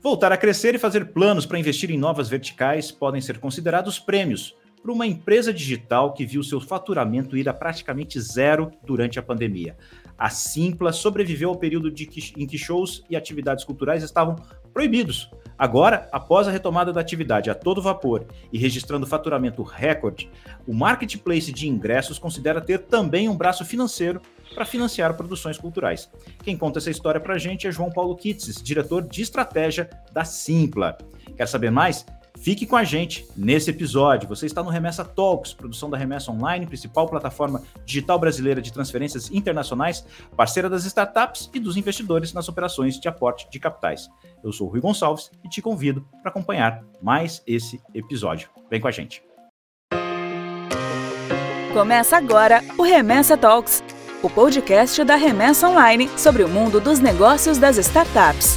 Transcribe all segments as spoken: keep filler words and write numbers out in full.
Voltar a crescer e fazer planos para investir em novas verticais podem ser considerados prêmios para uma empresa digital que viu seu faturamento ir a praticamente zero durante a pandemia. A Simpla sobreviveu ao período de que, em que shows e atividades culturais estavam proibidos. Agora, após a retomada da atividade a todo vapor e registrando faturamento recorde, o marketplace de ingressos considera ter também um braço financeiro para financiar produções culturais. Quem conta essa história para a gente é João Paulo Kitses, diretor de estratégia da Simpla. Quer saber mais? Fique com a gente nesse episódio. Você está no Remessa Talks, produção da Remessa Online, principal plataforma digital brasileira de transferências internacionais, parceira das startups e dos investidores nas operações de aporte de capitais. Eu sou o Rui Gonçalves e te convido para acompanhar mais esse episódio. Vem com a gente. Começa agora o Remessa Talks, o podcast da Remessa Online sobre o mundo dos negócios das startups.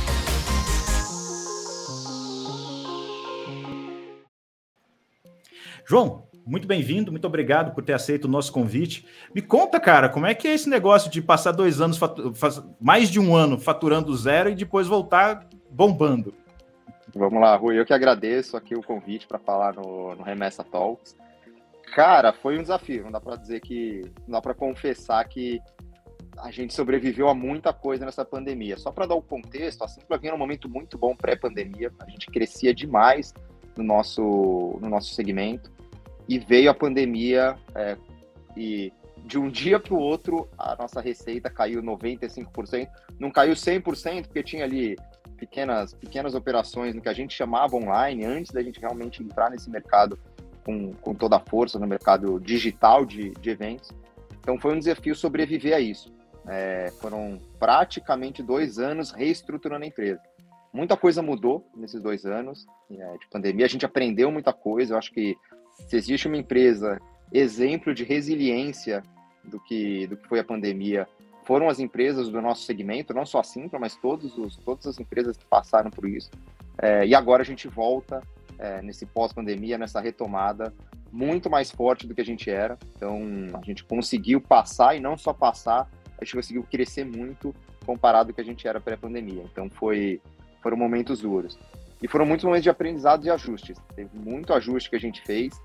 João, muito bem-vindo, muito obrigado por ter aceito o nosso convite. Me conta, cara, como é que é esse negócio de passar dois anos, fatu- mais de um ano faturando zero e depois voltar bombando? Vamos lá, Rui, eu que agradeço aqui o convite para falar no, no Remessa Talks. Cara, foi um desafio, não dá para dizer que, não dá para confessar que a gente sobreviveu a muita coisa nessa pandemia. Só para dar o contexto, a Simpla vinha num momento muito bom pré-pandemia, a gente crescia demais no nosso, no nosso segmento. E veio a pandemia é, e de um dia para o outro a nossa receita caiu noventa e cinco por cento. Não caiu cem por cento porque tinha ali pequenas, pequenas operações no que a gente chamava online, antes da gente realmente entrar nesse mercado com, com toda a força, no mercado digital de, de eventos. Então foi um desafio sobreviver a isso. É, foram praticamente dois anos reestruturando a empresa. Muita coisa mudou nesses dois anos é, de pandemia, a gente aprendeu muita coisa. Eu acho que se existe uma empresa exemplo de resiliência do que, do que foi a pandemia, foram as empresas do nosso segmento, não só a Simpla, mas todos os, todas as empresas que passaram por isso. É, e agora a gente volta é, nesse pós-pandemia, nessa retomada, muito mais forte do que a gente era. Então, a gente conseguiu passar, e não só passar, a gente conseguiu crescer muito comparado ao que a gente era pré-pandemia. Então, foi, foram momentos duros. E foram muitos momentos de aprendizado e ajustes. Teve muito ajuste que a gente fez.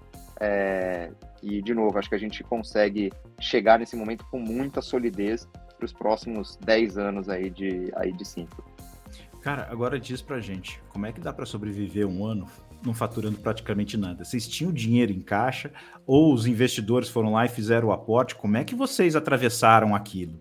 É, e, de novo, acho que a gente consegue chegar nesse momento com muita solidez para os próximos dez anos aí de, aí de Simpla. Cara, agora diz pra gente, como é que dá para sobreviver um ano não faturando praticamente nada? Vocês tinham dinheiro em caixa ou os investidores foram lá e fizeram o aporte? Como é que vocês atravessaram aquilo?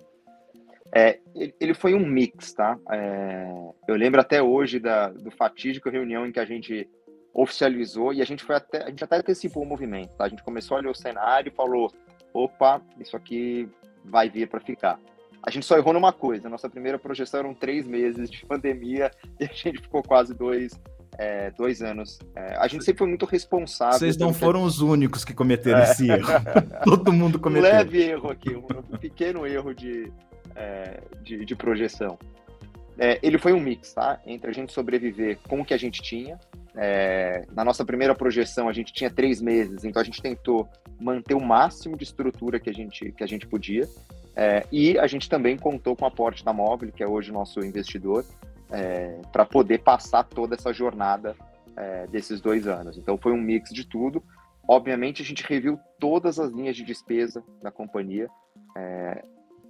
É, ele foi um mix, tá? É, eu lembro até hoje da, do fatídico reunião em que a gente oficializou e a gente foi até, a gente até antecipou o movimento, tá? A gente começou a olhar o cenário e falou, opa, isso aqui vai vir para ficar. A gente só errou numa coisa, a nossa primeira projeção eram três meses de pandemia e a gente ficou quase dois, é, dois anos. É, a gente sempre foi muito responsável. Vocês não foram que... os únicos que cometeram é. esse erro. Todo mundo cometeu. Um leve erro aqui, um pequeno erro de, é, de, de projeção. É, ele foi um mix, tá? Entre a gente sobreviver com o que a gente tinha. É, na nossa primeira projeção, a gente tinha três meses, então a gente tentou manter o máximo de estrutura que a gente, que a gente podia. É, e a gente também contou com o aporte da Móvel, que é hoje o nosso investidor, é, para poder passar toda essa jornada é, desses dois anos. Então foi um mix de tudo. Obviamente a gente reviu todas as linhas de despesa da companhia. É,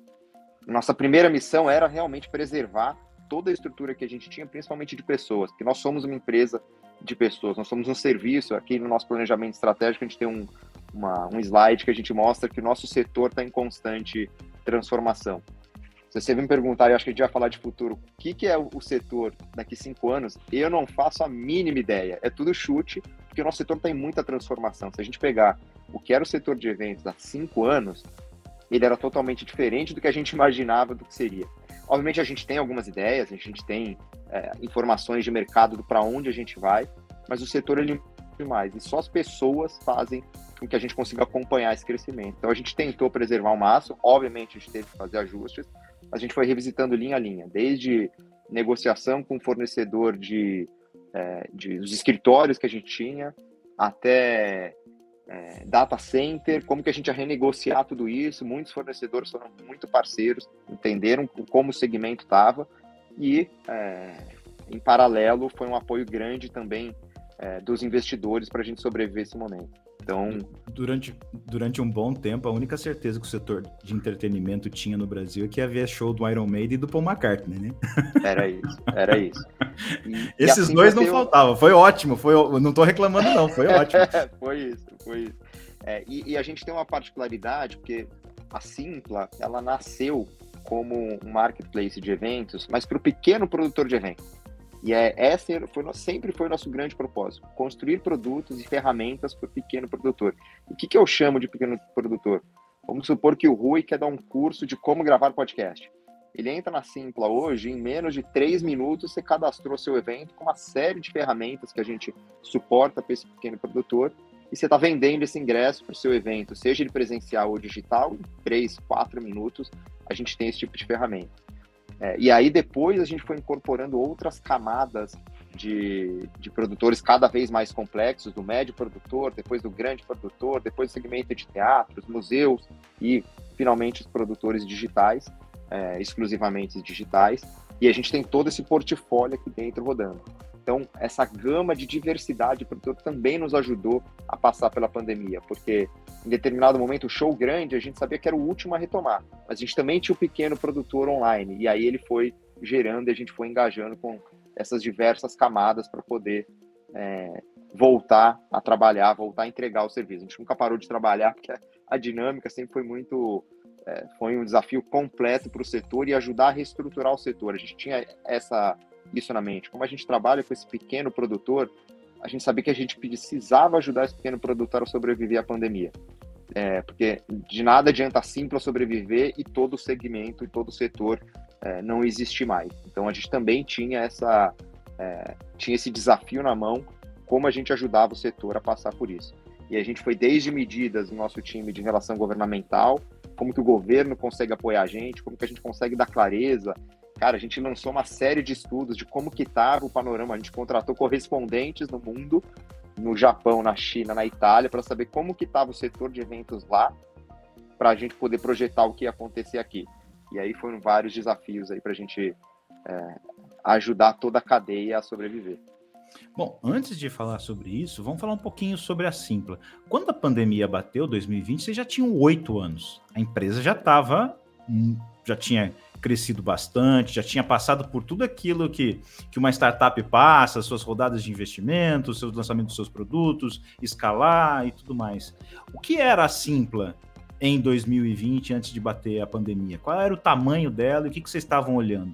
nossa primeira missão era realmente preservar toda a estrutura que a gente tinha, principalmente de pessoas, porque nós somos uma empresa de pessoas, nós somos um serviço. Aqui no nosso planejamento estratégico a gente tem um, uma, um slide que a gente mostra que o nosso setor está em constante transformação. Se você me perguntar, e acho que a gente vai falar de futuro, o que, que é o setor daqui a cinco anos, eu não faço a mínima ideia. É tudo chute, porque o nosso setor está em muita transformação. Se a gente pegar o que era o setor de eventos há cinco anos, ele era totalmente diferente do que a gente imaginava do que seria. Obviamente a gente tem algumas ideias, a gente tem é, informações de mercado para onde a gente vai, mas o setor ele é demais, e só as pessoas fazem com que a gente consiga acompanhar esse crescimento. Então a gente tentou preservar o máximo, obviamente a gente teve que fazer ajustes, mas a gente foi revisitando linha a linha, desde negociação com o fornecedor de, é, de dos escritórios que a gente tinha, até é, data center, como que a gente ia renegociar tudo isso. Muitos fornecedores foram muito parceiros, entenderam como o segmento estava e é, em paralelo, foi um apoio grande também é, dos investidores para a gente sobreviver esse momento. Então, durante, durante um bom tempo, a única certeza que o setor de entretenimento tinha no Brasil é que havia show do Iron Maiden e do Paul McCartney, né? Era isso, era isso. E, Esses e assim dois não eu... faltavam, foi ótimo, foi, não estou reclamando não, foi ótimo. Foi isso, foi isso. É, e, e a gente tem uma particularidade, porque a Simpla, ela nasceu como um marketplace de eventos, mas para o pequeno produtor de eventos. E é, esse foi, sempre foi o nosso grande propósito, construir produtos e ferramentas para o pequeno produtor. E o que, que eu chamo de pequeno produtor? Vamos supor que o Rui quer dar um curso de como gravar podcast. Ele entra na Simpla hoje, em menos de três minutos, você cadastrou seu evento com uma série de ferramentas que a gente suporta para esse pequeno produtor, e você está vendendo esse ingresso para o seu evento, seja ele presencial ou digital, em três, quatro minutos, a gente tem esse tipo de ferramenta. É, e aí depois a gente foi incorporando outras camadas de, de produtores cada vez mais complexos, do médio produtor, depois do grande produtor, depois do segmento de teatros, museus e finalmente os produtores digitais, é, exclusivamente digitais, e a gente tem todo esse portfólio aqui dentro rodando. Então, essa gama de diversidade de produtor também nos ajudou a passar pela pandemia, porque em determinado momento o show grande a gente sabia que era o último a retomar, mas a gente também tinha o pequeno produtor online, e aí ele foi gerando e a gente foi engajando com essas diversas camadas para poder é, voltar a trabalhar, voltar a entregar o serviço. A gente nunca parou de trabalhar, porque a dinâmica sempre foi muito... É, foi um desafio completo para o setor e ajudar a reestruturar o setor. A gente tinha essa... isso na mente. Como a gente trabalha com esse pequeno produtor, a gente sabia que a gente precisava ajudar esse pequeno produtor a sobreviver à pandemia. É, porque de nada adianta a Simpla sobreviver e todo o segmento e todo o setor é, não existir mais. Então a gente também tinha, essa, é, tinha esse desafio na mão, como a gente ajudava o setor a passar por isso. E a gente foi desde medidas no nosso time de relação governamental, como que o governo consegue apoiar a gente, como que a gente consegue dar clareza. Cara, a gente lançou uma série de estudos de como que estava o panorama. A gente contratou correspondentes no mundo, no Japão, na China, na Itália, para saber como que estava o setor de eventos lá, para a gente poder projetar o que ia acontecer aqui. E aí foram vários desafios aí para a gente é, ajudar toda a cadeia a sobreviver. Bom, antes de falar sobre isso, vamos falar um pouquinho sobre a Simpla. Quando a pandemia bateu, dois mil e vinte, vocês já tinham oito anos. A empresa já estava, já tinha crescido bastante, já tinha passado por tudo aquilo que, que uma startup passa, suas rodadas de investimento, seus lançamentos dos seus produtos, escalar e tudo mais. O que era a Simpla em dois mil e vinte, antes de bater a pandemia? Qual era o tamanho dela e o que, que vocês estavam olhando?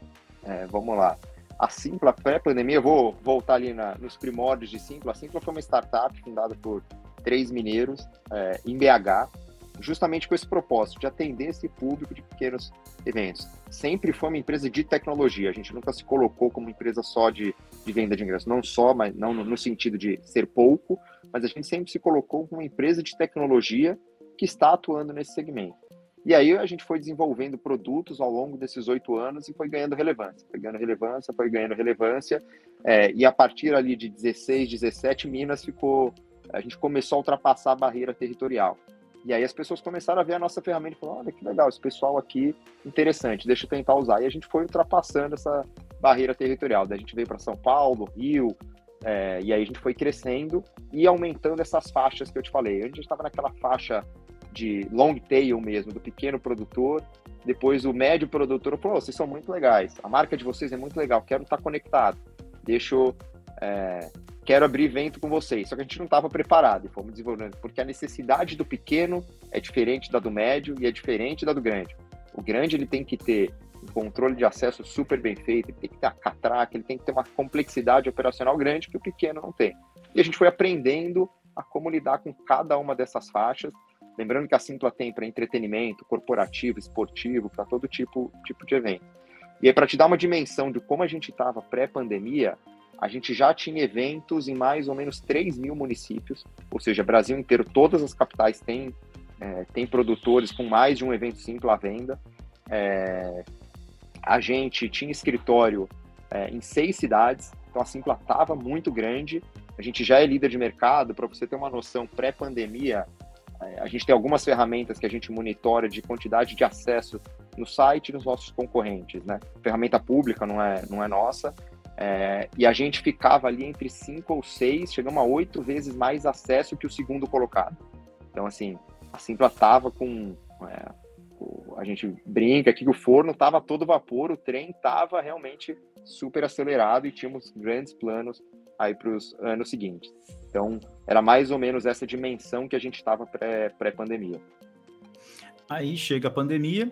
É, vamos lá. A Simpla, pré-pandemia, eu vou voltar ali na, nos primórdios de Simpla. A Simpla foi uma startup fundada por três mineiros é, em B H, justamente com esse propósito de atender esse público de pequenos eventos. Sempre foi uma empresa de tecnologia, a gente nunca se colocou como uma empresa só de, de venda de ingressos, não só, mas não no, no sentido de ser pouco, mas a gente sempre se colocou como uma empresa de tecnologia que está atuando nesse segmento. E aí a gente foi desenvolvendo produtos ao longo desses oito anos e foi ganhando relevância, foi ganhando relevância, foi ganhando relevância, é, e a partir ali de dezesseis, dezessete, Minas ficou, a gente começou a ultrapassar a barreira territorial. E aí as pessoas começaram a ver a nossa ferramenta e falaram, olha que legal, esse pessoal aqui, interessante, deixa eu tentar usar. E a gente foi ultrapassando essa barreira territorial. Daí a gente veio para São Paulo, Rio, é, e aí a gente foi crescendo e aumentando essas faixas que eu te falei. A gente estava naquela faixa de long tail mesmo, do pequeno produtor, depois o médio produtor falou, oh, vocês são muito legais, a marca de vocês é muito legal, quero estar conectado, deixa eu, é, quero abrir evento com vocês, só que a gente não estava preparado e fomos desenvolvendo, porque a necessidade do pequeno é diferente da do médio e é diferente da do grande. O grande ele tem que ter um controle de acesso super bem feito, ele tem que ter a catraca, ele tem que ter uma complexidade operacional grande que o pequeno não tem. E a gente foi aprendendo a como lidar com cada uma dessas faixas. Lembrando que a Simpla tem para entretenimento, corporativo, esportivo, para todo tipo, tipo de evento. E aí, para te dar uma dimensão de como a gente estava pré-pandemia, a gente já tinha eventos em mais ou menos três mil municípios, ou seja, Brasil inteiro, todas as capitais têm, é, têm produtores com mais de um evento Simpla à venda. É, a gente tinha escritório é, em seis cidades, então a Simpla estava muito grande. A gente já é líder de mercado, para você ter uma noção, pré-pandemia, a gente tem algumas ferramentas que a gente monitora de quantidade de acesso no site e nos nossos concorrentes, né? Ferramenta pública não é, não é nossa, É, e a gente ficava ali entre cinco ou seis, chegamos a oito vezes mais acesso que o segundo colocado. Então, assim, a Simpla estava com... É, o, a gente brinca aqui que o forno estava todo vapor, o trem estava realmente super acelerado e tínhamos grandes planos aí para os anos seguintes. Então, era mais ou menos essa dimensão que a gente estava pré, pré-pandemia. Aí chega a pandemia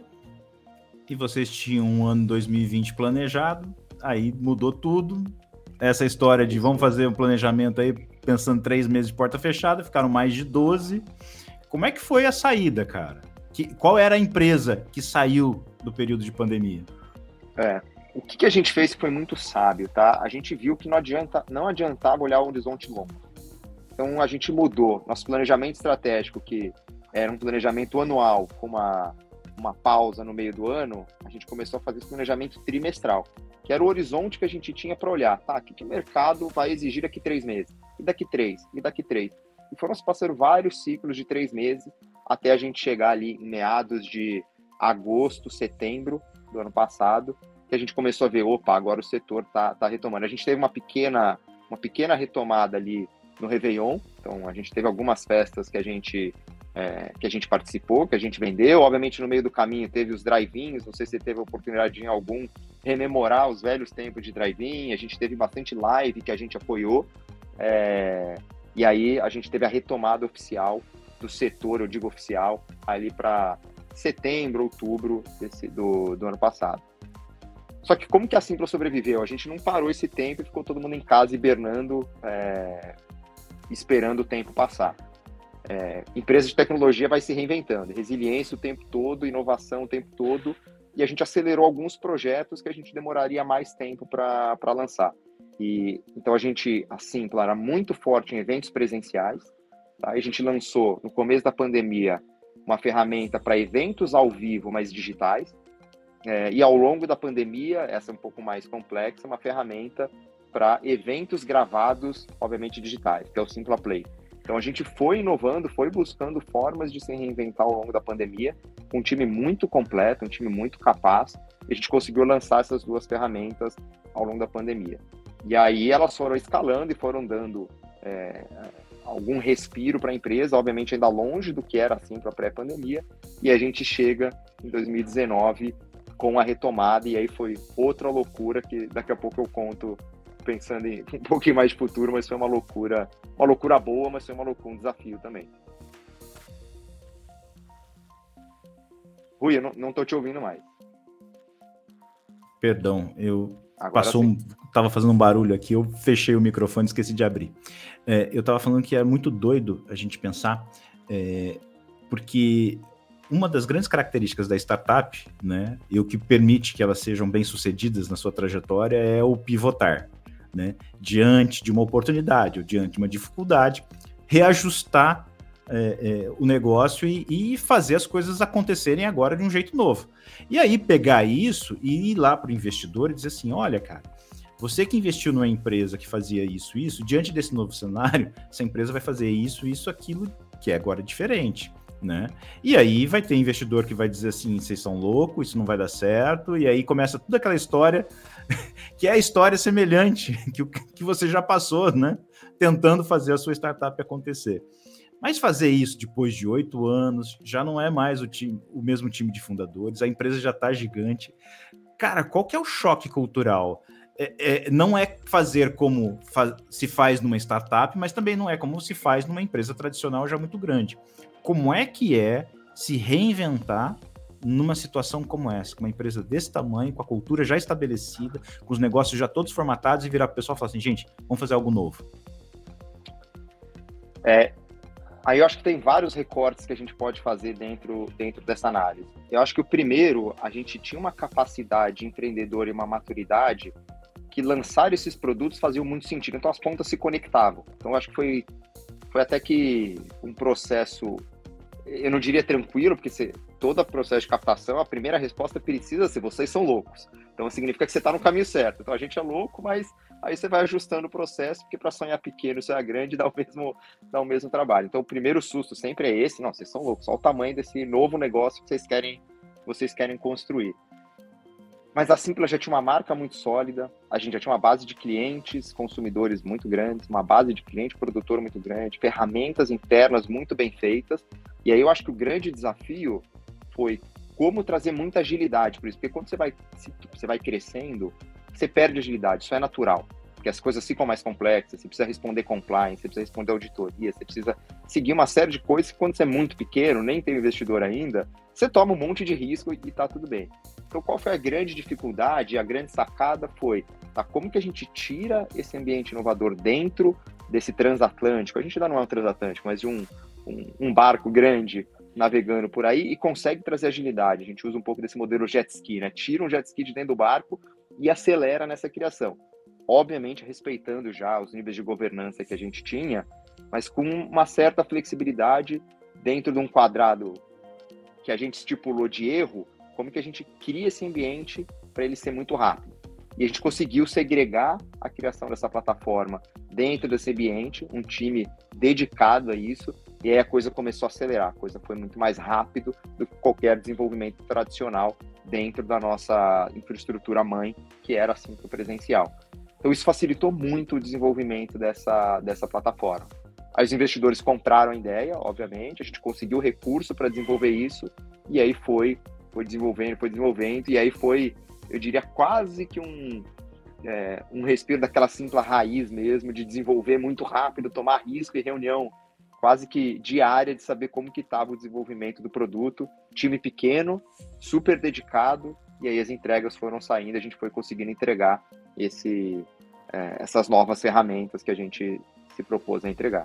e vocês tinham um ano dois mil e vinte planejado, aí mudou tudo. Essa história de vamos fazer um planejamento aí pensando três meses de porta fechada, ficaram mais de doze. Como é que foi a saída, cara? Que, qual era a empresa que saiu do período de pandemia? É, o que, que a gente fez foi muito sábio, tá? A gente viu que não, adianta, não adiantava olhar o horizonte longo. Então a gente mudou nosso planejamento estratégico, que era um planejamento anual com uma, uma pausa no meio do ano, a gente começou a fazer esse planejamento trimestral, que era o horizonte que a gente tinha para olhar, tá? O que, que o mercado vai exigir daqui três meses? E daqui três? E daqui três? E foram se passando vários ciclos de três meses até a gente chegar ali em meados de agosto, setembro do ano passado, que a gente começou a ver, opa, agora o setor tá, tá retomando. A gente teve uma pequena, uma pequena retomada ali no Réveillon, então a gente teve algumas festas que a gente, é, que a gente participou, que a gente vendeu, obviamente no meio do caminho teve os drive-ins, não sei se você teve a oportunidade de em algum rememorar os velhos tempos de drive-in, a gente teve bastante live que a gente apoiou, é, e aí a gente teve a retomada oficial do setor, eu digo oficial, ali para setembro, outubro desse, do, do ano passado. Só que como que a Simpla sobreviveu? A gente não parou esse tempo e ficou todo mundo em casa hibernando, é, esperando o tempo passar. É, empresa de tecnologia vai se reinventando, resiliência o tempo todo, inovação o tempo todo, e a gente acelerou alguns projetos que a gente demoraria mais tempo para lançar. E, então a gente, a Simpla, era muito forte em eventos presenciais, tá? A gente lançou, no começo da pandemia, uma ferramenta para eventos ao vivo, mas digitais, é, e ao longo da pandemia, essa é um pouco mais complexa, uma ferramenta para eventos gravados, obviamente digitais, que é o Simpla Play. Então a gente foi inovando, foi buscando formas de se reinventar ao longo da pandemia, com um time muito completo, um time muito capaz, e a gente conseguiu lançar essas duas ferramentas ao longo da pandemia. E aí elas foram escalando e foram dando é, algum respiro para a empresa, obviamente ainda longe do que era assim para a pré-pandemia, e a gente chega em dois mil e dezenove com a retomada, e aí foi outra loucura que daqui a pouco eu conto, pensando em um pouquinho mais de futuro, mas foi uma loucura, uma loucura boa, mas foi uma loucura, um desafio também. Rui, eu não, não tô te ouvindo mais. Perdão, eu Agora passou um, tava fazendo um barulho aqui, eu fechei o microfone e esqueci de abrir. É, eu tava falando que é muito doido a gente pensar, é, porque uma das grandes características da startup, né, e o que permite que elas sejam bem-sucedidas na sua trajetória é o pivotar, né, diante de uma oportunidade ou diante de uma dificuldade, reajustar é, é, o negócio e, e fazer as coisas acontecerem agora de um jeito novo. E aí pegar isso e ir lá para o investidor e dizer assim, olha, cara, você que investiu numa empresa que fazia isso, isso, diante desse novo cenário, essa empresa vai fazer isso, isso, aquilo, que é agora diferente. Né? E aí vai ter investidor que vai dizer assim, vocês são loucos, isso não vai dar certo, e aí começa toda aquela história que é a história semelhante que, que você já passou, né? Tentando fazer a sua startup acontecer. Mas fazer isso depois de oito anos, já não é mais o, time, o mesmo time de fundadores, a empresa já está gigante. Cara, qual que é o choque cultural? É, é, não é fazer como fa- se faz numa startup, mas também não é como se faz numa empresa tradicional já muito grande. Como é que é se reinventar numa situação como essa, com uma empresa desse tamanho, com a cultura já estabelecida, com os negócios já todos formatados, e virar para o pessoal e falar assim, gente, vamos fazer algo novo? É, aí eu acho que tem vários recortes que a gente pode fazer dentro, dentro dessa análise. Eu acho que o primeiro, a gente tinha uma capacidade empreendedora e uma maturidade que lançar esses produtos fazia muito sentido, então as pontas se conectavam. Então eu acho que foi, foi até que um processo, eu não diria tranquilo, porque você, todo processo de captação, a primeira resposta precisa ser, vocês são loucos. Então significa que você está no caminho certo. Então a gente é louco, mas aí você vai ajustando o processo, porque para sonhar pequeno, sonhar grande, dá o mesmo, dá o mesmo trabalho. Então o primeiro susto sempre é esse, não, vocês são loucos, olha o tamanho desse novo negócio que vocês querem, vocês querem construir. Mas a Simpla já tinha uma marca muito sólida, a gente já tinha uma base de clientes, consumidores muito grandes, uma base de cliente produtor muito grande, ferramentas internas muito bem feitas. E aí eu acho que o grande desafio foi como trazer muita agilidade para isso, porque quando você vai, você vai crescendo, você perde agilidade, isso é natural. Porque as coisas ficam mais complexas, você precisa responder compliance, você precisa responder auditoria, você precisa seguir uma série de coisas que quando você é muito pequeno, nem tem investidor ainda, você toma um monte de risco e está tudo bem. Então, qual foi a grande dificuldade? A grande sacada foi, tá, como que a gente tira esse ambiente inovador dentro desse transatlântico? A gente ainda não é um transatlântico, mas de um, um, um barco grande navegando por aí e consegue trazer agilidade. A gente usa um pouco desse modelo jet ski, né? Tira um jet ski de dentro do barco e acelera nessa criação. Obviamente, respeitando já os níveis de governança que a gente tinha, mas com uma certa flexibilidade dentro de um quadrado que a gente estipulou de erro, como que a gente cria esse ambiente para ele ser muito rápido. E a gente conseguiu segregar a criação dessa plataforma dentro desse ambiente, um time dedicado a isso, e aí a coisa começou a acelerar, a coisa foi muito mais rápido do que qualquer desenvolvimento tradicional dentro da nossa infraestrutura mãe, que era assim presencial. Então isso facilitou muito o desenvolvimento dessa, dessa plataforma. Aí os investidores compraram a ideia, obviamente, a gente conseguiu recurso para desenvolver isso, e aí foi, foi desenvolvendo, foi desenvolvendo, e aí foi, eu diria, quase que um, é, um respiro daquela simples raiz mesmo, de desenvolver muito rápido, tomar risco e reunião quase que diária de saber como que estava o desenvolvimento do produto, time pequeno, super dedicado, e aí as entregas foram saindo, a gente foi conseguindo entregar esse, é, essas novas ferramentas que a gente se propôs a entregar.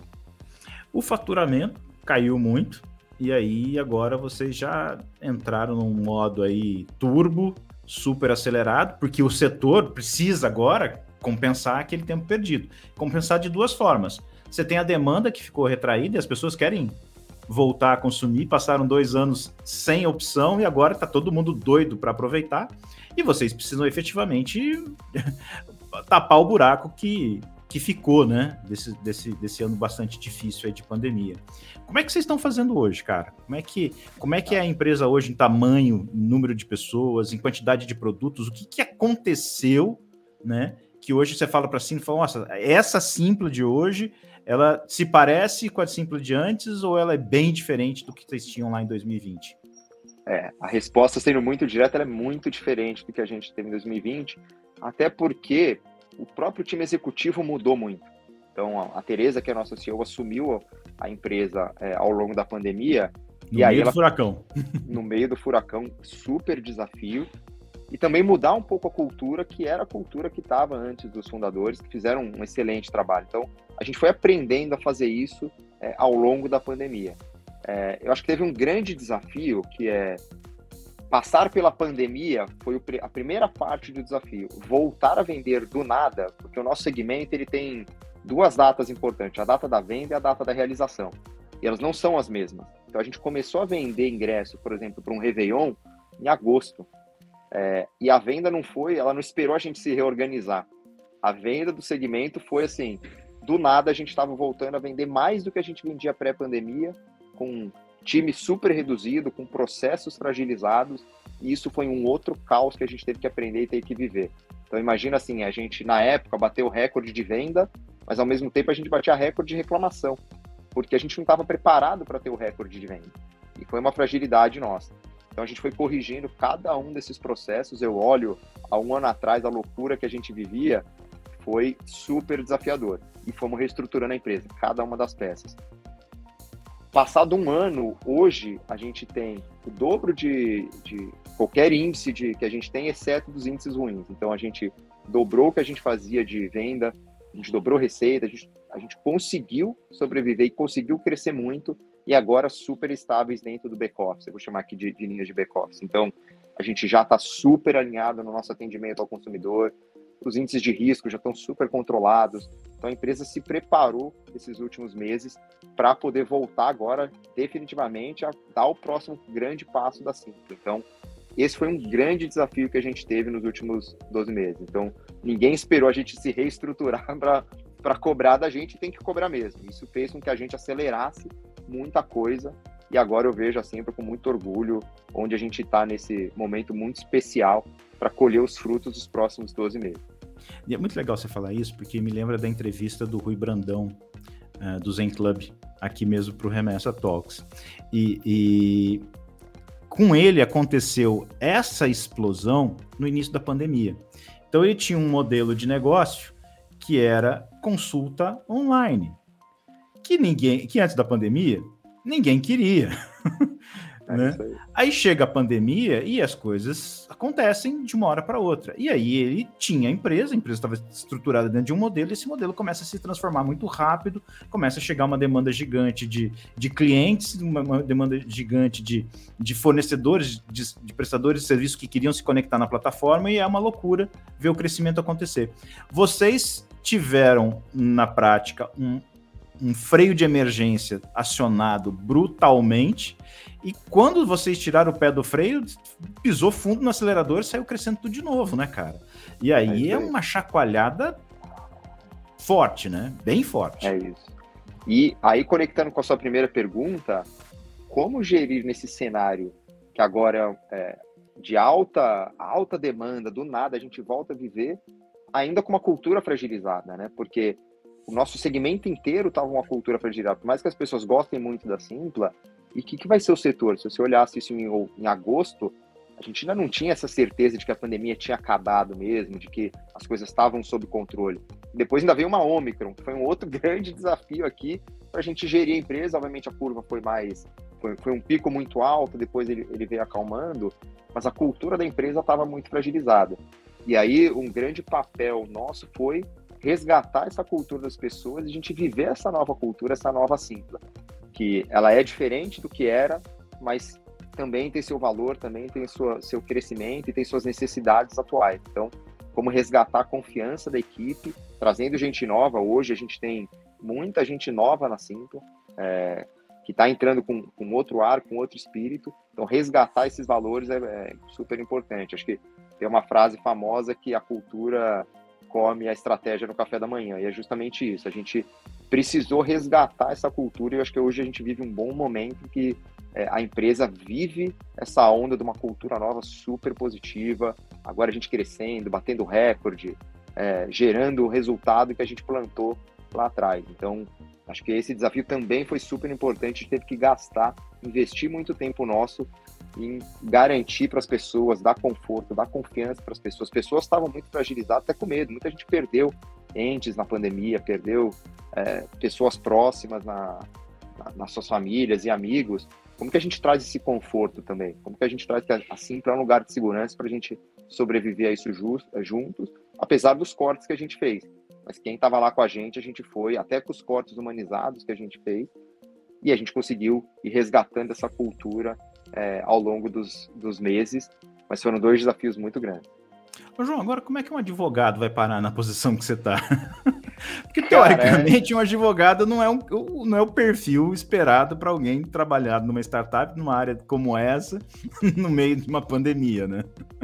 O faturamento caiu muito, e aí agora vocês já entraram num modo aí turbo, super acelerado, porque o setor precisa agora compensar aquele tempo perdido. Compensar de duas formas. Você tem a demanda que ficou retraída e as pessoas querem voltar a consumir, passaram dois anos sem opção e agora está todo mundo doido para aproveitar, e vocês precisam efetivamente tapar o buraco que, que ficou, né, desse, desse, desse ano bastante difícil aí de pandemia. Como é que vocês estão fazendo hoje, cara? Como é que, como é, que é a empresa hoje em tamanho, em número de pessoas, em quantidade de produtos? O que, que aconteceu, né, que hoje você fala para a Simpla, nossa, essa Simpla de hoje, ela se parece com a Simpla de antes ou ela é bem diferente do que vocês tinham lá em dois mil e vinte? É, a resposta, sendo muito direta, ela é muito diferente do que a gente teve em dois mil e vinte, até porque o próprio time executivo mudou muito. Então, a, a Tereza, que é a nossa C E O, assumiu a empresa é, ao longo da pandemia. No e aí meio ela, do furacão. No meio do furacão, super desafio. E também mudar um pouco a cultura, que era a cultura que estava antes dos fundadores, que fizeram um excelente trabalho. Então, a gente foi aprendendo a fazer isso é, ao longo da pandemia. É, eu acho que teve um grande desafio, que é passar pela pandemia foi o, a primeira parte do desafio. Voltar a vender do nada, porque o nosso segmento ele tem duas datas importantes, a data da venda e a data da realização. E elas não são as mesmas. Então, a gente começou a vender ingresso, por exemplo, para um Réveillon em agosto. É, e a venda não foi, ela não esperou a gente se reorganizar. A venda do segmento foi assim, do nada a gente estava voltando a vender mais do que a gente vendia pré-pandemia, com um time super reduzido, com processos fragilizados, e isso foi um outro caos que a gente teve que aprender e ter que viver. Então imagina assim, a gente na época bateu o recorde de venda, mas ao mesmo tempo a gente batia recorde de reclamação, porque a gente não estava preparado para ter o recorde de venda. E foi uma fragilidade nossa. Então a gente foi corrigindo cada um desses processos. Eu olho há um ano atrás a loucura que a gente vivia, foi super desafiador. E fomos reestruturando a empresa, cada uma das peças. Passado um ano, hoje a gente tem o dobro de, de qualquer índice de, que a gente tem, exceto dos índices ruins. Então a gente dobrou o que a gente fazia de venda, a gente dobrou receita, a gente, a gente conseguiu sobreviver e conseguiu crescer muito, e agora super estáveis dentro do back-office. Eu vou chamar aqui de, de linhas de back-office. Então, a gente já está super alinhado no nosso atendimento ao consumidor, os índices de risco já estão super controlados. Então, a empresa se preparou esses últimos meses para poder voltar agora, definitivamente, a dar o próximo grande passo da Simpla. Então, esse foi um grande desafio que a gente teve nos últimos doze meses. Então, ninguém esperou a gente se reestruturar para cobrar da gente, tem que cobrar mesmo. Isso fez com que a gente acelerasse muita coisa, e agora eu vejo a Simpla com muito orgulho, onde a gente está nesse momento muito especial, para colher os frutos dos próximos doze meses. E é muito legal você falar isso, porque me lembra da entrevista do Rui Brandão, uh, do Zen Club, aqui mesmo para o Remessa Talks. E, e com ele aconteceu essa explosão no início da pandemia. Então ele tinha um modelo de negócio que era consulta online, que ninguém, que antes da pandemia ninguém queria. É né? isso aí. Aí chega a pandemia e as coisas acontecem de uma hora para outra. E aí ele tinha a empresa, a empresa estava estruturada dentro de um modelo, e esse modelo começa a se transformar muito rápido, começa a chegar uma demanda gigante de, de clientes, uma, uma demanda gigante de, de fornecedores, de, de prestadores de serviços que queriam se conectar na plataforma, e é uma loucura ver o crescimento acontecer. Vocês tiveram, na prática, um um freio de emergência acionado brutalmente, e quando vocês tiraram o pé do freio, pisou fundo no acelerador e saiu crescendo tudo de novo, né, cara? E aí é, é uma chacoalhada forte, né? Bem forte. É isso. E aí, conectando com a sua primeira pergunta, como gerir nesse cenário que agora é de alta, alta demanda, do nada a gente volta a viver, ainda com uma cultura fragilizada, né? Porque o nosso segmento inteiro estava uma cultura fragilizada. Por mais que as pessoas gostem muito da Simpla, e o que, que vai ser o setor? Se você olhasse isso em, em agosto, a gente ainda não tinha essa certeza de que a pandemia tinha acabado mesmo, de que as coisas estavam sob controle. Depois ainda veio uma Ômicron, que foi um outro grande desafio aqui para a gente gerir a empresa. Obviamente a curva foi mais, foi, foi um pico muito alto, depois ele, ele veio acalmando, mas a cultura da empresa estava muito fragilizada. E aí um grande papel nosso foi resgatar essa cultura das pessoas e a gente viver essa nova cultura, essa nova Simpla, que ela é diferente do que era, mas também tem seu valor, também tem sua, seu crescimento e tem suas necessidades atuais. Então, como resgatar a confiança da equipe, trazendo gente nova. Hoje a gente tem muita gente nova na Simpla, é, que está entrando com, com outro ar, com outro espírito. Então, resgatar esses valores é, é super importante. Acho que tem uma frase famosa que a cultura come a estratégia no café da manhã, e é justamente isso. A gente precisou resgatar essa cultura, e eu acho que hoje a gente vive um bom momento que é, a empresa vive essa onda de uma cultura nova super positiva, agora a gente crescendo, batendo recorde, é, gerando o resultado que a gente plantou lá atrás. Então, acho que esse desafio também foi super importante, a gente teve que gastar, investir muito tempo nosso em garantir para as pessoas, dar conforto, dar confiança para as pessoas. As pessoas estavam muito fragilizadas, até com medo. Muita gente perdeu entes na pandemia, perdeu é, pessoas próximas na, na, nas suas famílias e amigos. Como que a gente traz esse conforto também? Como que a gente traz que a Simpla é um lugar de segurança para a gente sobreviver a isso just, juntos, apesar dos cortes que a gente fez. Mas quem estava lá com a gente, a gente foi, até com os cortes humanizados que a gente fez, e a gente conseguiu ir resgatando essa cultura É, ao longo dos, dos meses, mas foram dois desafios muito grandes. Ô, João, agora como é que um advogado vai parar na posição que você está? Porque, teoricamente, um advogado não é, um, não é o perfil esperado para alguém trabalhar numa startup, numa área como essa, no meio de uma pandemia, né?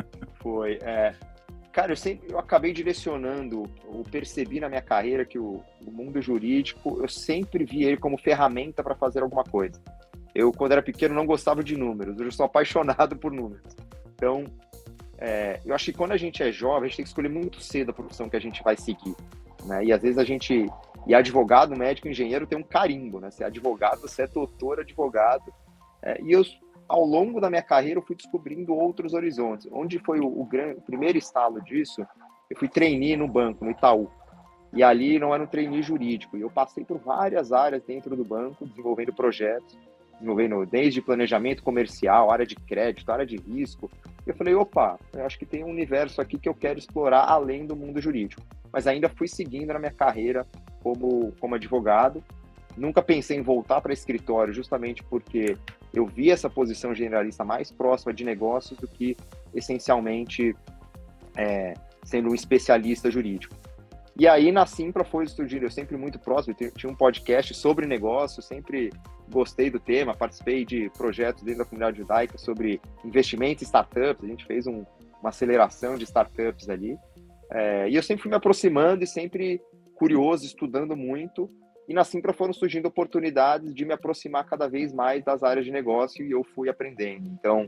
Foi. É... Cara, eu, sempre, eu acabei direcionando, eu percebi na minha carreira que o, o mundo jurídico, eu sempre vi ele como ferramenta para fazer alguma coisa. Eu, quando era pequeno, não gostava de números. Hoje eu sou apaixonado por números. Então, é, eu acho que quando a gente é jovem, a gente tem que escolher muito cedo a profissão que a gente vai seguir, né? E às vezes a gente... E advogado, médico, engenheiro tem um carimbo, né? Você é advogado, você é doutor advogado. É, e eu, ao longo da minha carreira, eu fui descobrindo outros horizontes. Onde foi o, o, gran, o primeiro estalo disso? Eu fui trainee no banco, no Itaú. E ali não era um trainee jurídico. E eu passei por várias áreas dentro do banco, desenvolvendo projetos, desenvolvendo desde planejamento comercial, área de crédito, área de risco. E eu falei, opa, eu acho que tem um universo aqui que eu quero explorar além do mundo jurídico. Mas ainda fui seguindo na minha carreira como, como advogado. Nunca pensei em voltar para escritório, justamente porque eu vi essa posição generalista mais próxima de negócios do que, essencialmente, é, sendo um especialista jurídico. E aí, na Simpla, foi surgindo, eu sempre muito próximo, eu tinha um podcast sobre negócio, sempre gostei do tema, participei de projetos dentro da comunidade judaica sobre investimentos em startups, a gente fez um, uma aceleração de startups ali, é, e eu sempre fui me aproximando e sempre curioso, estudando muito, e na Simpla foram surgindo oportunidades de me aproximar cada vez mais das áreas de negócio, e eu fui aprendendo. Então,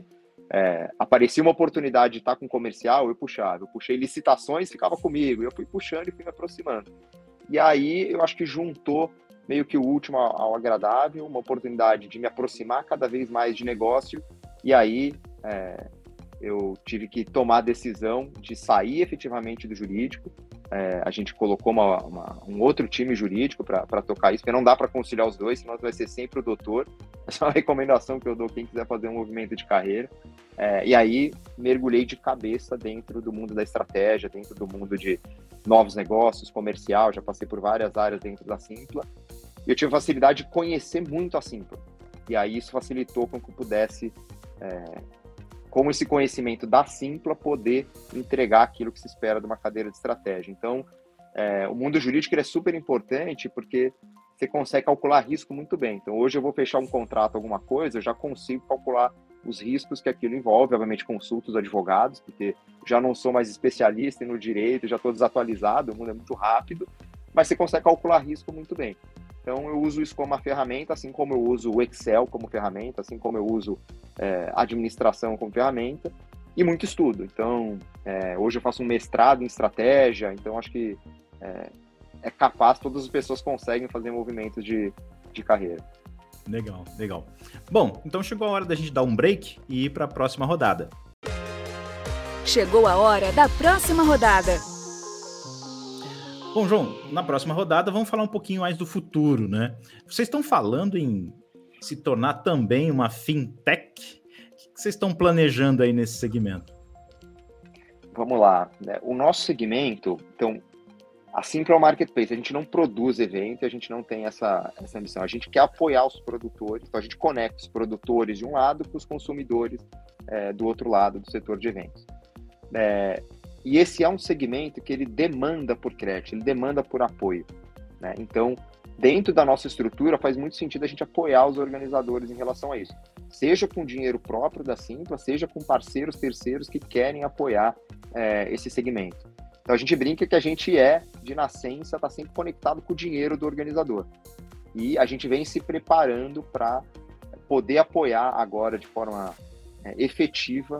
é, aparecia uma oportunidade de estar com comercial, eu puxava. Eu puxei licitações, ficava comigo. Eu fui puxando e fui me aproximando. E aí eu acho que juntou meio que o último ao agradável, uma oportunidade de me aproximar cada vez mais de negócio. E aí é, eu tive que tomar a decisão de sair efetivamente do jurídico. É, a gente colocou uma, uma, um outro time jurídico para tocar isso, porque não dá para conciliar os dois, senão vai ser sempre o doutor. Essa é uma recomendação que eu dou quem quiser fazer um movimento de carreira. É, e aí mergulhei de cabeça dentro do mundo da estratégia, dentro do mundo de novos negócios, comercial, já passei por várias áreas dentro da Simpla. E eu tive facilidade de conhecer muito a Simpla. E aí isso facilitou com que eu pudesse, é, com esse conhecimento da Simpla, poder entregar aquilo que se espera de uma cadeira de estratégia. Então, é, o mundo jurídico ele é super importante porque você consegue calcular risco muito bem. Então, hoje eu vou fechar um contrato, alguma coisa, eu já consigo calcular os riscos que aquilo envolve, obviamente consulto os advogados, porque já não sou mais especialista no direito, já estou desatualizado, o mundo é muito rápido, mas você consegue calcular risco muito bem. Então, eu uso isso como uma ferramenta, assim como eu uso o Excel como ferramenta, assim como eu uso é, administração como ferramenta, e muito estudo. Então, é, hoje eu faço um mestrado em estratégia, então acho que é, é capaz, todas as pessoas conseguem fazer movimentos de, de carreira. Legal, legal. Bom, então chegou a hora da gente dar um break e ir para a próxima rodada. Chegou a hora da próxima rodada. Bom, João, na próxima rodada vamos falar um pouquinho mais do futuro, né? Vocês estão falando em se tornar também uma fintech? O que vocês estão planejando aí nesse segmento? Vamos lá, né? O nosso segmento, então, a Simpla é um marketplace, a gente não produz evento, a gente não tem essa, essa missão, a gente quer apoiar os produtores, então a gente conecta os produtores de um lado com os consumidores é, do outro lado do setor de eventos. É, e esse é um segmento que ele demanda por crédito, ele demanda por apoio, né? Então, dentro da nossa estrutura, faz muito sentido a gente apoiar os organizadores em relação a isso, seja com dinheiro próprio da Simpla, seja com parceiros terceiros que querem apoiar é, esse segmento. Então, a gente brinca que a gente é, de nascença, está sempre conectado com o dinheiro do organizador. E a gente vem se preparando para poder apoiar agora, de forma é, efetiva,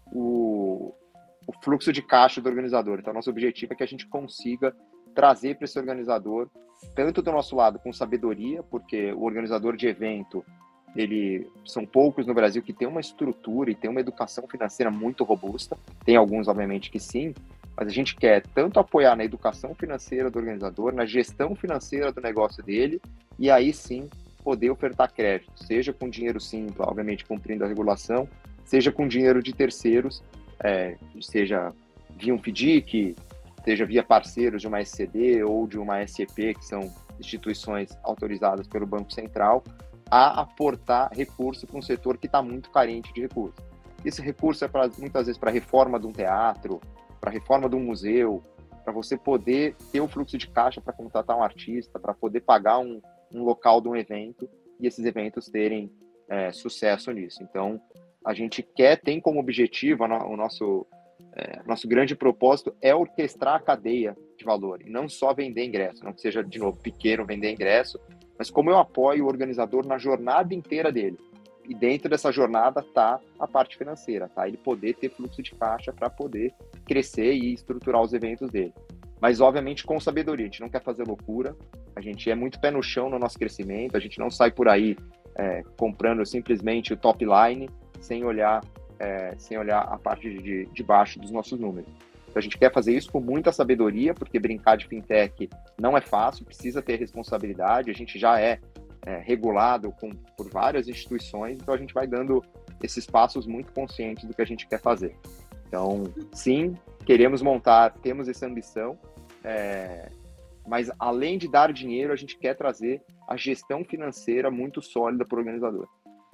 o, o fluxo de caixa do organizador. Então, nosso objetivo é que a gente consiga trazer para esse organizador, tanto do nosso lado com sabedoria, porque o organizador de evento, ele, são poucos no Brasil que tem uma estrutura e tem uma educação financeira muito robusta. Tem alguns, obviamente, que sim, mas a gente quer tanto apoiar na educação financeira do organizador, na gestão financeira do negócio dele, e aí sim poder ofertar crédito, seja com dinheiro simples, obviamente cumprindo a regulação, seja com dinheiro de terceiros, é, seja via um F D I C, seja via parceiros de uma S C D ou de uma S E P, que são instituições autorizadas pelo Banco Central, a aportar recurso para um setor que está muito carente de recursos. Esse recurso é pra, muitas vezes para a reforma de um teatro, para a reforma de um museu, para você poder ter o fluxo de caixa para contratar um artista, para poder pagar um, um local de um evento e esses eventos terem é, sucesso nisso. Então, a gente quer, tem como objetivo, o nosso, é, nosso grande propósito é orquestrar a cadeia de valor, e não só vender ingresso, não que seja, de novo, pequeno vender ingresso, mas como eu apoio o organizador na jornada inteira dele. E dentro dessa jornada está a parte financeira, tá? Ele poder ter fluxo de caixa para poder crescer e estruturar os eventos dele. Mas, obviamente, com sabedoria. A gente não quer fazer loucura, a gente é muito pé no chão no nosso crescimento, a gente não sai por aí é, comprando simplesmente o top line sem olhar, é, sem olhar a parte de, de baixo dos nossos números. Então, a gente quer fazer isso com muita sabedoria, porque brincar de fintech não é fácil, precisa ter responsabilidade, a gente já é É, regulado com, por várias instituições, então a gente vai dando esses passos muito conscientes do que a gente quer fazer. Então, sim, queremos montar, temos essa ambição, é, mas além de dar dinheiro, a gente quer trazer a gestão financeira muito sólida para o organizador.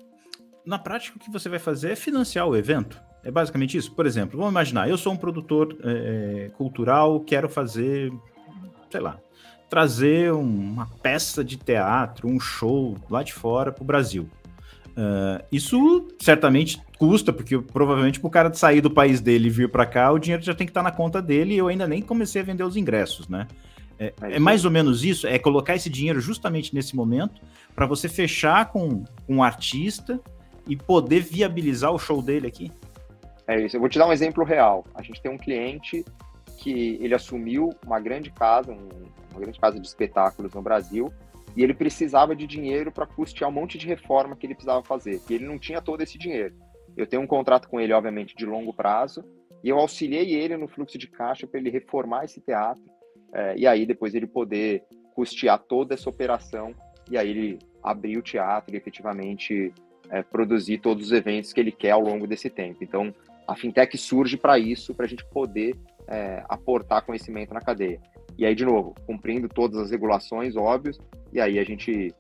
Na prática, o que você vai fazer é financiar o evento? É basicamente isso? Por exemplo, vamos imaginar, eu sou um produtor é, cultural, quero fazer, sei lá, trazer uma peça de teatro, um show lá de fora para o Brasil. Uh, isso certamente custa, porque provavelmente para o cara sair do país dele e vir para cá, o dinheiro já tem que estar na conta dele e eu ainda nem comecei a vender os ingressos, né? É, é mais ou menos isso, é colocar esse dinheiro justamente nesse momento para você fechar com, com um artista e poder viabilizar o show dele aqui? É isso, eu vou te dar um exemplo real. A gente tem um cliente que ele assumiu uma grande casa, um, uma grande casa de espetáculos no Brasil, e ele precisava de dinheiro para custear um monte de reforma que ele precisava fazer, e ele não tinha todo esse dinheiro. Eu tenho um contrato com ele, obviamente, de longo prazo, e eu auxiliei ele no fluxo de caixa para ele reformar esse teatro, é, e aí depois ele poder custear toda essa operação, e aí ele abrir o teatro e efetivamente é, produzir todos os eventos que ele quer ao longo desse tempo. Então, a fintech surge para isso, para a gente poder é, aportar conhecimento na cadeia. E aí, de novo, cumprindo todas as regulações, óbvios, e aí a gente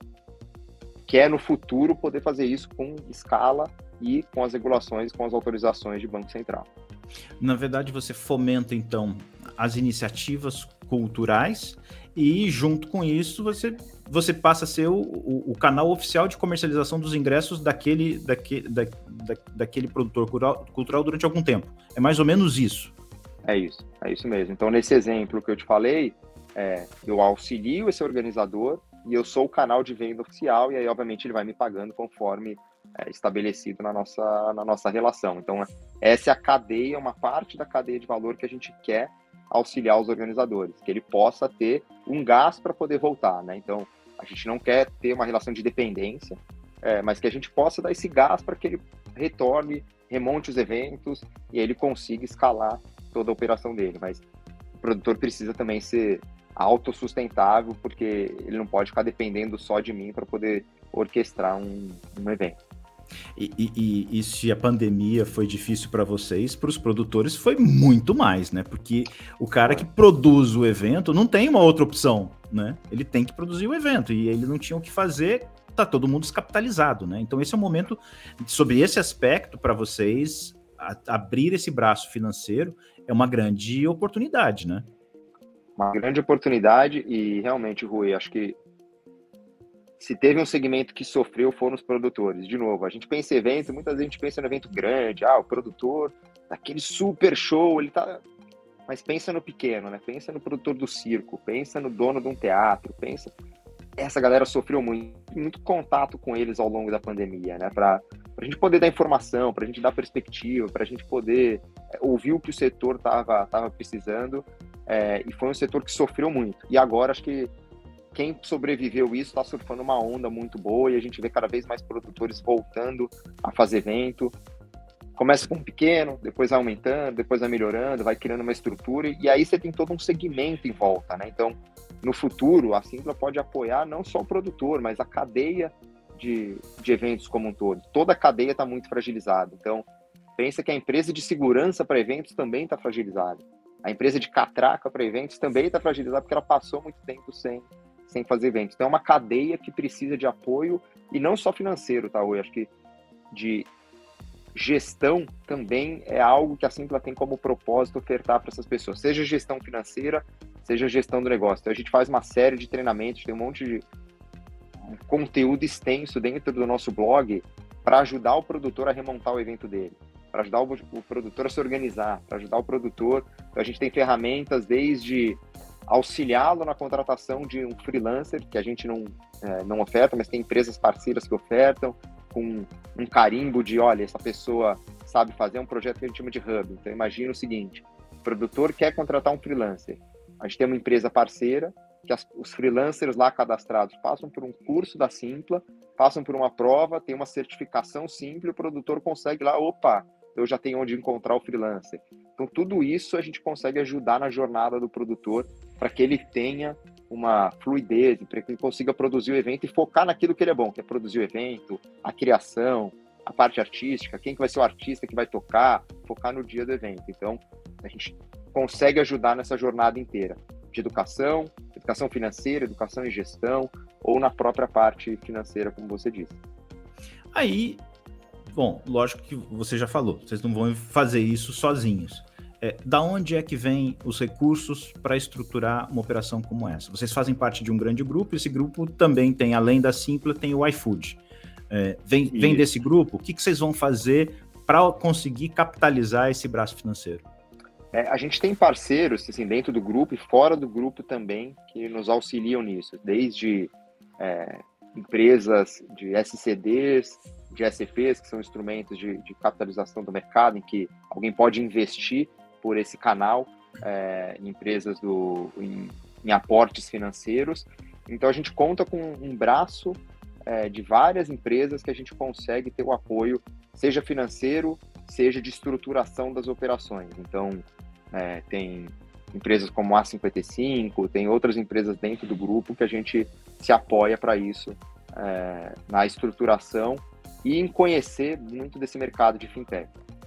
quer no futuro poder fazer isso com escala e com as regulações, com as autorizações de Banco Central. Na verdade, você fomenta, então, as iniciativas culturais e, junto com isso, você, você passa a ser o, o, o canal oficial de comercialização dos ingressos daquele, daquele, da, da, daquele produtor cultural, cultural durante algum tempo. É mais ou menos isso. É isso, é isso mesmo. Então, nesse exemplo que eu te falei, é, eu auxilio esse organizador e eu sou o canal de venda oficial, e aí, obviamente, ele vai me pagando conforme é, estabelecido na nossa, na nossa relação. Então, essa é a cadeia, uma parte da cadeia de valor que a gente quer auxiliar os organizadores, que ele possa ter um gás para poder voltar, né? Então, a gente não quer ter uma relação de dependência, é, mas que a gente possa dar esse gás para que ele retorne, remonte os eventos e ele consiga escalar toda a operação dele. Mas o produtor precisa também ser autossustentável, porque ele não pode ficar dependendo só de mim para poder orquestrar um, um evento. E, e, e se a pandemia foi difícil para vocês, para os produtores foi muito mais, né? Porque o cara que produz o evento não tem uma outra opção, né? Ele tem que produzir o evento e ele não tinha o que fazer, tá todo mundo descapitalizado, né? Então esse é o momento, sobre esse aspecto, para vocês a, abrir esse braço financeiro é uma grande oportunidade, né? Uma grande oportunidade e realmente, Rui, acho que se teve um segmento que sofreu, foram os produtores. De novo, a gente pensa em evento, muitas vezes a gente pensa no evento grande, ah, o produtor, daquele super show, ele tá... Mas pensa no pequeno, né? Pensa no produtor do circo, pensa no dono de um teatro, pensa... Essa galera sofreu muito, muito contato com eles ao longo da pandemia, né? Para a gente poder dar informação, para a gente dar perspectiva, para a gente poder é, ouvir o que o setor estava tava precisando, é, e foi um setor que sofreu muito. E agora, acho que quem sobreviveu isso está surfando uma onda muito boa e a gente vê cada vez mais produtores voltando a fazer evento. Começa com um pequeno, depois vai aumentando, depois vai melhorando, vai criando uma estrutura e aí você tem todo um segmento em volta, né? Então, no futuro, a Simpla pode apoiar não só o produtor, mas a cadeia de, de eventos como um todo. Toda a cadeia está muito fragilizada. Então, pensa que a empresa de segurança para eventos também está fragilizada. A empresa de catraca para eventos também está fragilizada porque ela passou muito tempo sem... sem fazer eventos. Então é uma cadeia que precisa de apoio, e não só financeiro, tá? Eu acho que de gestão também é algo que a Simpla tem como propósito ofertar para essas pessoas, seja gestão financeira, seja gestão do negócio. Então a gente faz uma série de treinamentos, tem um monte de conteúdo extenso dentro do nosso blog para ajudar o produtor a remontar o evento dele, para ajudar o, o produtor a se organizar, para ajudar o produtor. Então a gente tem ferramentas desde auxiliá-lo na contratação de um freelancer, que a gente não, é, não oferta, mas tem empresas parceiras que ofertam, com um carimbo de, olha, essa pessoa sabe fazer um projeto que a gente chama de hub. Então, imagina o seguinte, o produtor quer contratar um freelancer. A gente tem uma empresa parceira, que as, os freelancers lá cadastrados passam por um curso da Simpla, passam por uma prova, tem uma certificação simples, o produtor consegue lá, opa, eu já tenho onde encontrar o freelancer. Então, tudo isso a gente consegue ajudar na jornada do produtor para que ele tenha uma fluidez, para que ele consiga produzir o evento e focar naquilo que ele é bom, que é produzir o evento, a criação, a parte artística, quem que vai ser o artista que vai tocar, focar no dia do evento. Então, a gente consegue ajudar nessa jornada inteira de educação, educação financeira, educação em gestão, ou na própria parte financeira, como você disse. Aí, bom, lógico que você já falou, vocês não vão fazer isso sozinhos. É, da onde é que vêm os recursos para estruturar uma operação como essa? Vocês fazem parte de um grande grupo, esse grupo também tem, além da Simpla, tem o iFood. É, vem, vem desse grupo, o que, que vocês vão fazer para conseguir capitalizar esse braço financeiro? É, a gente tem parceiros, assim, dentro do grupo e fora do grupo também, que nos auxiliam nisso, desde é, empresas de S C Ds, de S C Ps, que são instrumentos de, de capitalização do mercado, em que alguém pode investir por esse canal é, em empresas, do, em, em aportes financeiros. Então, a gente conta com um braço é, de várias empresas que a gente consegue ter o apoio, seja financeiro, seja de estruturação das operações. Então, é, tem empresas como a cinquenta e cinco, tem outras empresas dentro do grupo que a gente se apoia para isso, é, na estruturação e em conhecer muito desse mercado de fintech.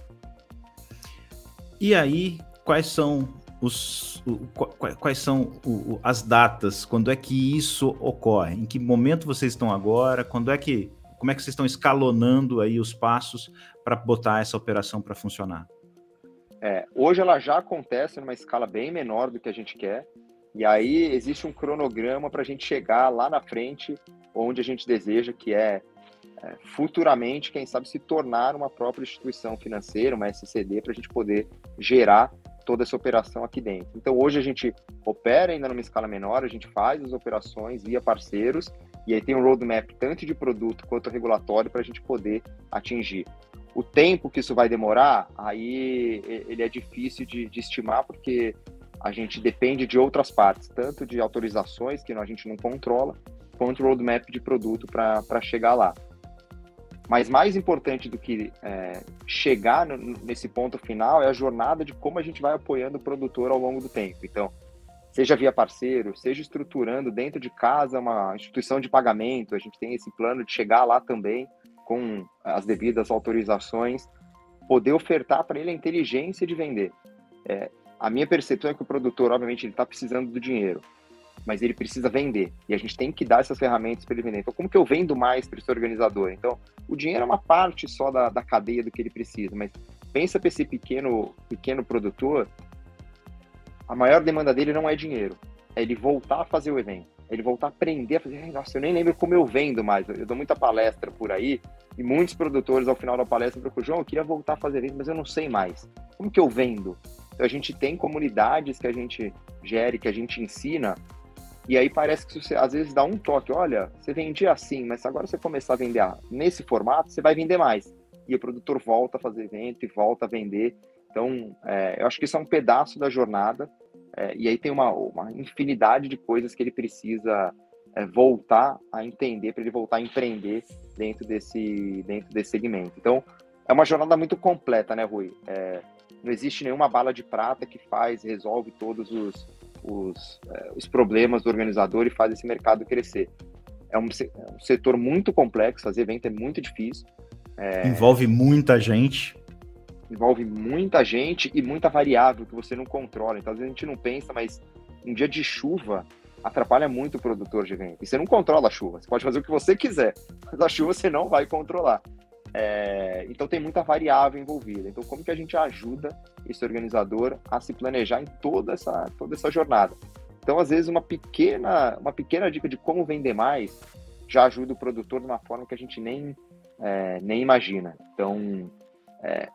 E aí, quais são os, o, quais são o, as datas? Quando é que isso ocorre? Em que momento vocês estão agora? Quando é que, como é que vocês estão escalonando aí os passos para botar essa operação para funcionar? É, hoje ela já acontece numa escala bem menor do que a gente quer, e aí existe um cronograma para a gente chegar lá na frente, onde a gente deseja, que é, é futuramente, quem sabe, se tornar uma própria instituição financeira, uma S C D, para a gente poder gerar toda essa operação aqui dentro. Então hoje a gente opera ainda numa escala menor, a gente faz as operações via parceiros, e aí tem um roadmap tanto de produto quanto regulatório para a gente poder atingir. O tempo que isso vai demorar, aí ele é difícil de, de estimar, porque a gente depende de outras partes, tanto de autorizações, que a gente não controla, quanto o roadmap de produto para chegar lá. Mas mais importante do que é, chegar no, nesse ponto final é a jornada de como a gente vai apoiando o produtor ao longo do tempo. Então, seja via parceiro, seja estruturando dentro de casa uma instituição de pagamento, a gente tem esse plano de chegar lá também, com as devidas autorizações, poder ofertar para ele a inteligência de vender. É, a minha percepção é que o produtor, obviamente, ele está precisando do dinheiro, mas ele precisa vender, e a gente tem que dar essas ferramentas para ele vender. Então, como que eu vendo mais para esse organizador? Então, o dinheiro é uma parte só da, da cadeia do que ele precisa, mas pensa para esse pequeno, pequeno produtor, a maior demanda dele não é dinheiro, é ele voltar a fazer o evento. Ele voltar a aprender a fazer, nossa, eu nem lembro como eu vendo mais, eu dou muita palestra por aí, e muitos produtores ao final da palestra procuram, João, eu queria voltar a fazer evento, mas eu não sei mais, como que eu vendo? Então a gente tem comunidades que a gente gere, que a gente ensina, e aí parece que você às vezes dá um toque, olha, você vendia assim, mas agora você começar a vender nesse formato, você vai vender mais, e o produtor volta a fazer evento e volta a vender. Então é, eu acho que isso é um pedaço da jornada. É, e aí tem uma, uma infinidade de coisas que ele precisa é, voltar a entender para ele voltar a empreender dentro desse, dentro desse segmento. Então, é uma jornada muito completa, né, Rui? É, não existe nenhuma bala de prata que faz, resolve todos os, os, é, os problemas do organizador e faz esse mercado crescer. É um, é um setor muito complexo, fazer evento é muito difícil. É, envolve muita gente. Envolve muita gente e muita variável que você não controla. Então, às vezes a gente não pensa, mas um dia de chuva atrapalha muito o produtor de evento. E você não controla a chuva. Você pode fazer o que você quiser, mas a chuva você não vai controlar. É... Então, tem muita variável envolvida. Então, como que a gente ajuda esse organizador a se planejar em toda essa, toda essa jornada? Então, às vezes, uma pequena, uma pequena dica de como vender mais já ajuda o produtor de uma forma que a gente nem, é, nem imagina. Então, é,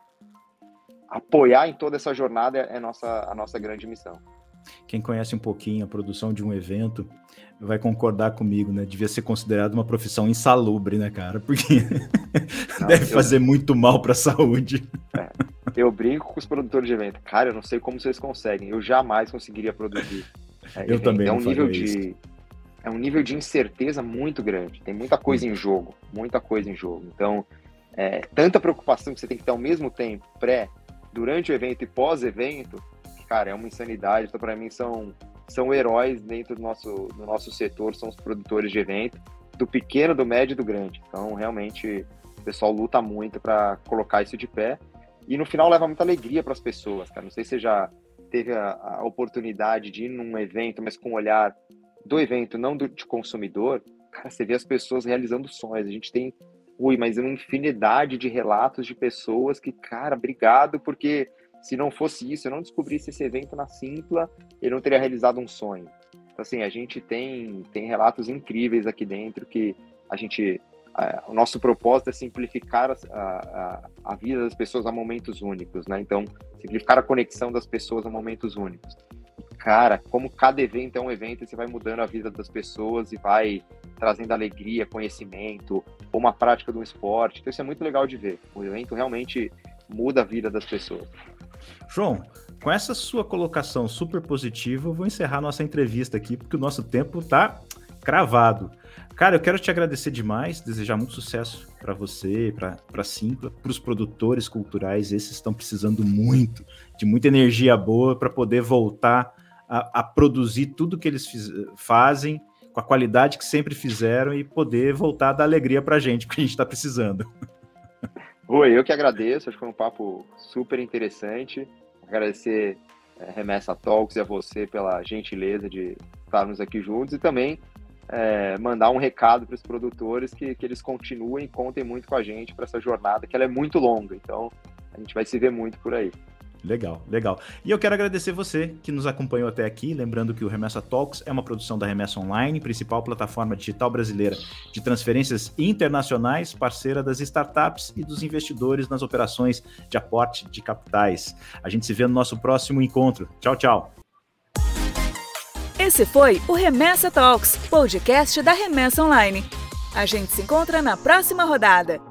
apoiar em toda essa jornada é a nossa, a nossa grande missão. Quem conhece um pouquinho a produção de um evento vai concordar comigo, né? Devia ser considerado uma profissão insalubre, né, cara? Porque não, deve eu... fazer muito mal para a saúde. É, eu brinco com os produtores de evento. Cara, eu não sei como vocês conseguem. Eu jamais conseguiria produzir. É, eu também é um não nível isso. de É um nível de incerteza muito grande. Tem muita coisa em jogo. Muita coisa em jogo. Então, é, tanta preocupação que você tem que ter ao mesmo tempo, pré, durante o evento e pós-evento, cara, é uma insanidade. Então, para mim, são, são heróis dentro do nosso, do nosso setor, são os produtores de evento, do pequeno, do médio e do grande. Então, realmente, o pessoal luta muito para colocar isso de pé. E, no final, leva muita alegria para as pessoas, cara. Não sei se você já teve a, a oportunidade de ir num evento, mas com o olhar do evento, não do, de consumidor. Cara, você vê as pessoas realizando sonhos. A gente tem... Ui, mas uma infinidade de relatos de pessoas que, cara, obrigado, porque se não fosse isso, eu não descobrisse esse evento na Simpla, eu não teria realizado um sonho. Então, assim, a gente tem, tem relatos incríveis aqui dentro que a gente... A, o nosso propósito é simplificar a, a, a vida das pessoas a momentos únicos, né? Então, simplificar a conexão das pessoas a momentos únicos. cara, como cada evento é um evento e você vai mudando a vida das pessoas e vai trazendo alegria, conhecimento, ou uma prática do esporte. Então isso é muito legal de ver. O evento realmente muda a vida das pessoas. João, com essa sua colocação super positiva, eu vou encerrar nossa entrevista aqui, porque o nosso tempo está cravado. Cara, eu quero te agradecer demais, desejar muito sucesso para você, para a Simpla, para os produtores culturais. Esses estão precisando muito, de muita energia boa para poder voltar a, a produzir tudo que eles fiz, fazem, com a qualidade que sempre fizeram e poder voltar a dar alegria para a gente, que a gente está precisando. Oi, eu que agradeço, acho que foi um papo super interessante. Agradecer é, Remessa Talks e a você pela gentileza de estarmos aqui juntos e também é, mandar um recado para os produtores que, que eles continuem e contem muito com a gente para essa jornada, que ela é muito longa, então a gente vai se ver muito por aí. Legal, legal. E eu quero agradecer você que nos acompanhou até aqui, lembrando que o Remessa Talks é uma produção da Remessa Online, principal plataforma digital brasileira de transferências internacionais, parceira das startups e dos investidores nas operações de aporte de capitais. A gente se vê no nosso próximo encontro. Tchau, tchau. Esse foi o Remessa Talks, podcast da Remessa Online. A gente se encontra na próxima rodada.